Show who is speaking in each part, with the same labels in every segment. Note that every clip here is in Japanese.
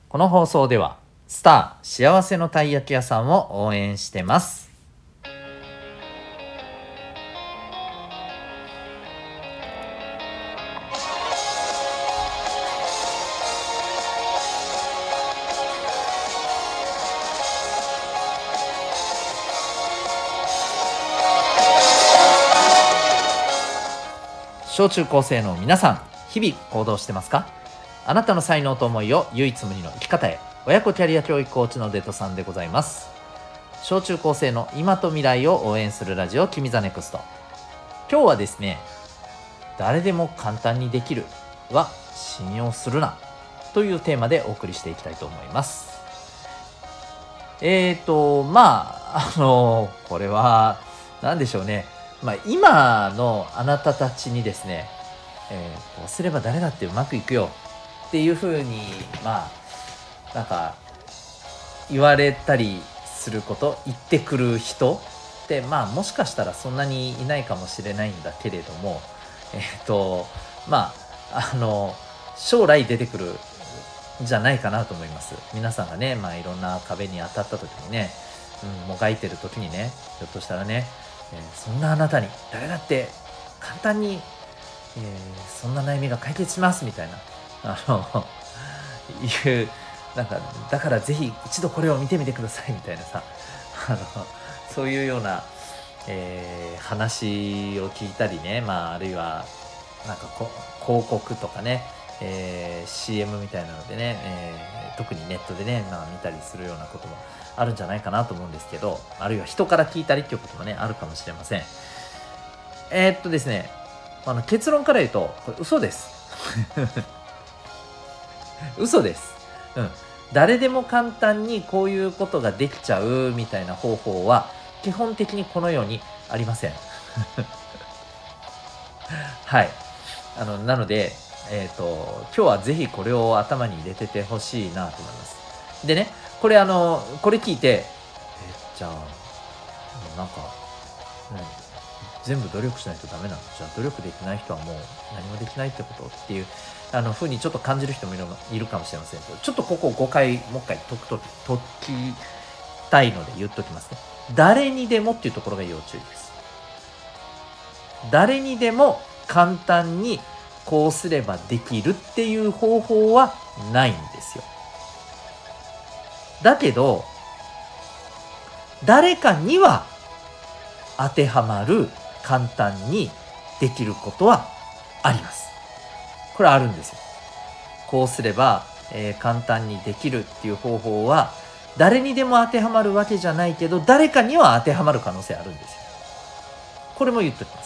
Speaker 1: この放送ではスター幸せのたい焼き屋さんを応援してます。小中高生の皆さん、日々行動してますか？あなたの才能と思いを唯一無二の生き方へ。親子キャリア教育コーチのデトさんでございます。小中高生の今と未来を応援するラジオ、君ザネクスト。今日はですね、誰でも簡単にできるは信用するなというテーマでお送りしていきたいと思います。これは何でしょうね。今のあなたたちにですね、こうすれば誰だってうまくいくよっていう風になんか言われたりすること、言ってくる人ってもしかしたらそんなにいないかもしれないんだけれども、将来出てくるんじゃないかなと思います。皆さんがね、いろんな壁に当たった時にね、もがいてる時にね、ひょっとしたらね、そんなあなたに誰だって簡単に、そんな悩みが解決しますみたいないうだからぜひ一度これを見てみてくださいみたいなさ、そういうような、話を聞いたりね、あるいは広告とかね、CM みたいなのでね、特にネットでね、見たりするようなこともあるんじゃないかなと思うんですけど、あるいは人から聞いたりっていうこともねあるかもしれません。ですね、結論から言うとこれ嘘です嘘です。誰でも簡単にこういうことができちゃうみたいな方法は基本的にこの世にありませんはい。なので、今日はぜひこれを頭に入れててほしいなと思います。でね、これ聞いて、じゃあ全部努力しないとダメなの？じゃあ努力できない人はもう何もできないってことっていうふうにちょっと感じる人もいるかもしれませんけど、ちょっとここ5回もう一回解きたいので言っときますね。誰にでもっていうところが要注意です。誰にでも簡単にこうすればできるっていう方法はないんですよ。だけど誰かには当てはまる、簡単にできることはあります。これあるんですよ。こうすれば、簡単にできるっていう方法は誰にでも当てはまるわけじゃないけど、誰かには当てはまる可能性あるんですよ。これも言っときます。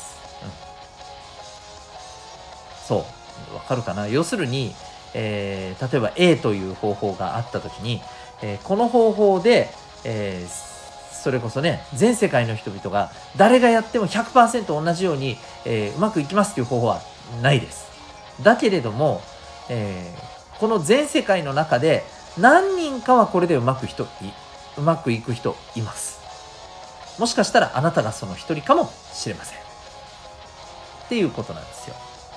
Speaker 1: そうわかるかな。要するに、例えば A という方法があった時に、この方法で、それこそね、全世界の人々が誰がやっても 100% 同じように、うまくいきますという方法はないです。だけれども、この全世界の中で何人かはこれでうまくいく人います。もしかしたらあなたがその一人かもしれませんっていうことなんですよ。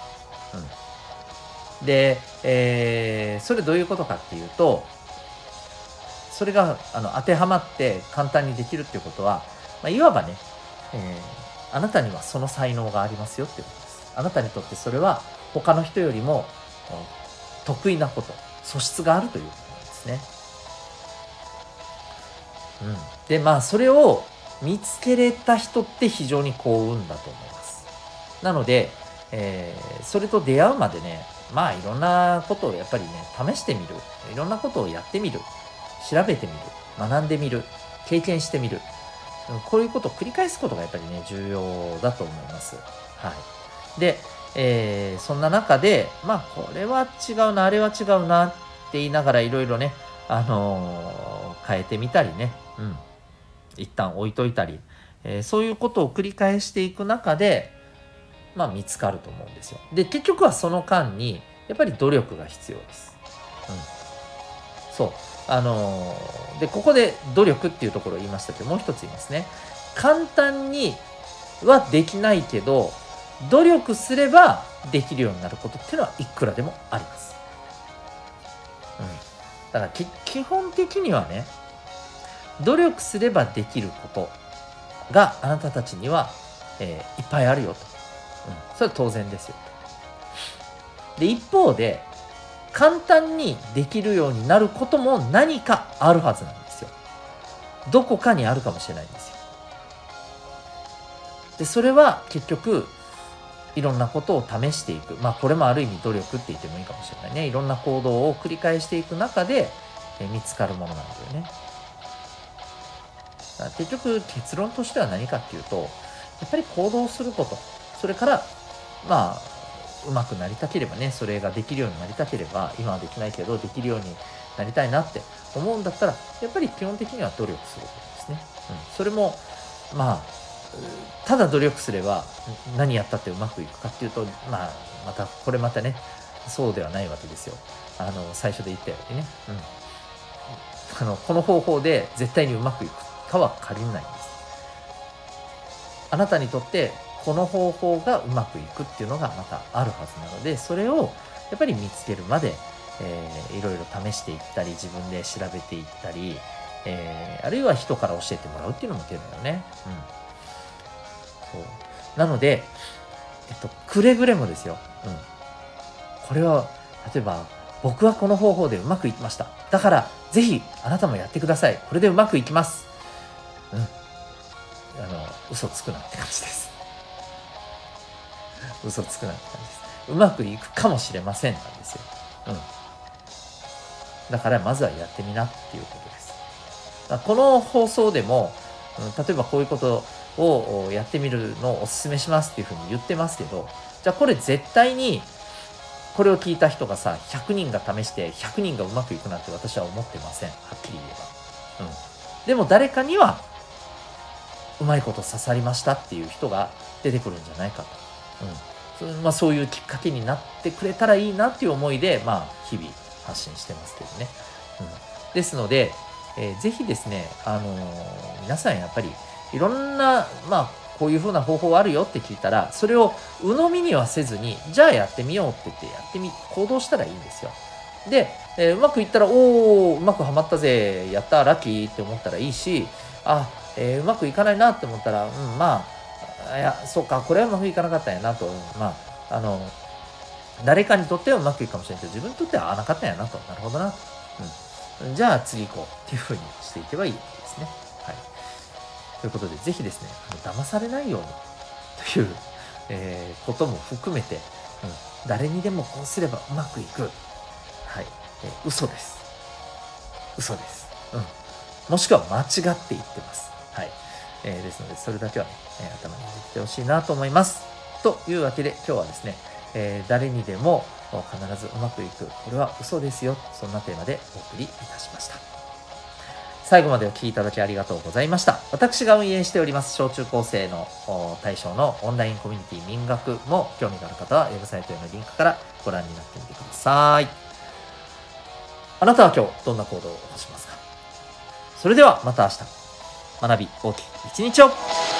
Speaker 1: で、それどういうことかっていうと、それが当てはまって簡単にできるっていうことは、いわばね、あなたにはその才能がありますよっていうことです。あなたにとってそれは他の人よりも得意なこと、素質があるということなんですね。で、それを見つけれた人って非常に幸運だと思います。なので、それと出会うまでね、いろんなことをやっぱりね、試してみる。いろんなことをやってみる。調べてみる。学んでみる。経験してみる。こういうことを繰り返すことがやっぱりね、重要だと思います。はい。で、そんな中で、これは違うな、あれは違うなって言いながらいろいろね、変えてみたりね、一旦置いといたり、そういうことを繰り返していく中で、見つかると思うんですよ。で、結局はその間にやっぱり努力が必要です。そう。で、ここで努力っていうところを言いましたけど、もう一つ言いますね。簡単にはできないけど、努力すればできるようになることっていうのはいくらでもあります。 だから基本的にはね、努力すればできることがあなたたちには、いっぱいあるよと、それは当然ですよ。で一方で簡単にできるようになることも何かあるはずなんですよ。どこかにあるかもしれないんですよ。でそれは結局いろんなことを試していく、これもある意味努力って言ってもいいかもしれないね。いろんな行動を繰り返していく中で見つかるものなんだよね。だから結局結論としては何かっていうと、やっぱり行動すること、それからうまくなりたければね、それができるようになりたければ、今はできないけどできるようになりたいなって思うんだったら、やっぱり基本的には努力することですね。それもただ努力すれば何やったってうまくいくかっていうと、またね、そうではないわけですよ。最初で言ったようにね、この方法で絶対にうまくいくかは限らないんです。あなたにとってこの方法がうまくいくっていうのがまたあるはずなので、それをやっぱり見つけるまで、いろいろ試していったり、自分で調べていったり、あるいは人から教えてもらうっていうのも手だよね。そうなので、くれぐれもですよ、これは例えば僕はこの方法でうまくいきました、だからぜひあなたもやってください、これでうまくいきます、嘘つくなって感じです。嘘つくなって感じです。うまくいくかもしれませんなんですよ。だからまずはやってみなっていうことです。この放送でも、例えばこういうことをやってみるのをお勧めしますっていうふうに言ってますけど、じゃあこれ絶対にこれを聞いた人がさ、100人が試して100人がうまくいくなんて私は思ってません。はっきり言えば。でも誰かにはうまいこと刺さりましたっていう人が出てくるんじゃないかと。そういうきっかけになってくれたらいいなっていう思いで、日々発信してますけどね。ですので、ぜひですね、皆さんやっぱりいろんな、こういう風な方法あるよって聞いたら、それを鵜呑みにはせずに、じゃあやってみようって言って行動したらいいんですよ。で、うまくいったら、うまくはまったぜ、やった、ラッキーって思ったらいいし、うまくいかないなって思ったら、いや、そうか、これはうまくいかなかったんやなと、誰かにとってはうまくいくかもしれないけど、自分にとっては合わなかったんやなと、なるほどなと。じゃあ次行こうっていう風にしていけばいいですね。はい。ということで、ぜひですね、騙されないようにという、ことも含めて、誰にでもこうすればうまくいく。はい。嘘です。嘘です。もしくは間違って言ってます。はい。ですので、それだけはね、頭に入れてほしいなと思います。というわけで、今日はですね、誰にでも必ずうまくいく、これは嘘ですよ、そんなテーマでお送りいたしました。最後までお聞きいただきありがとうございました。私が運営しております小中高生の対象のオンラインコミュニティ民学も興味がある方はウェブサイトへのリンクからご覧になってみてください。あなたは今日どんな行動を起こしますか？それではまた明日、学び大きい一日を。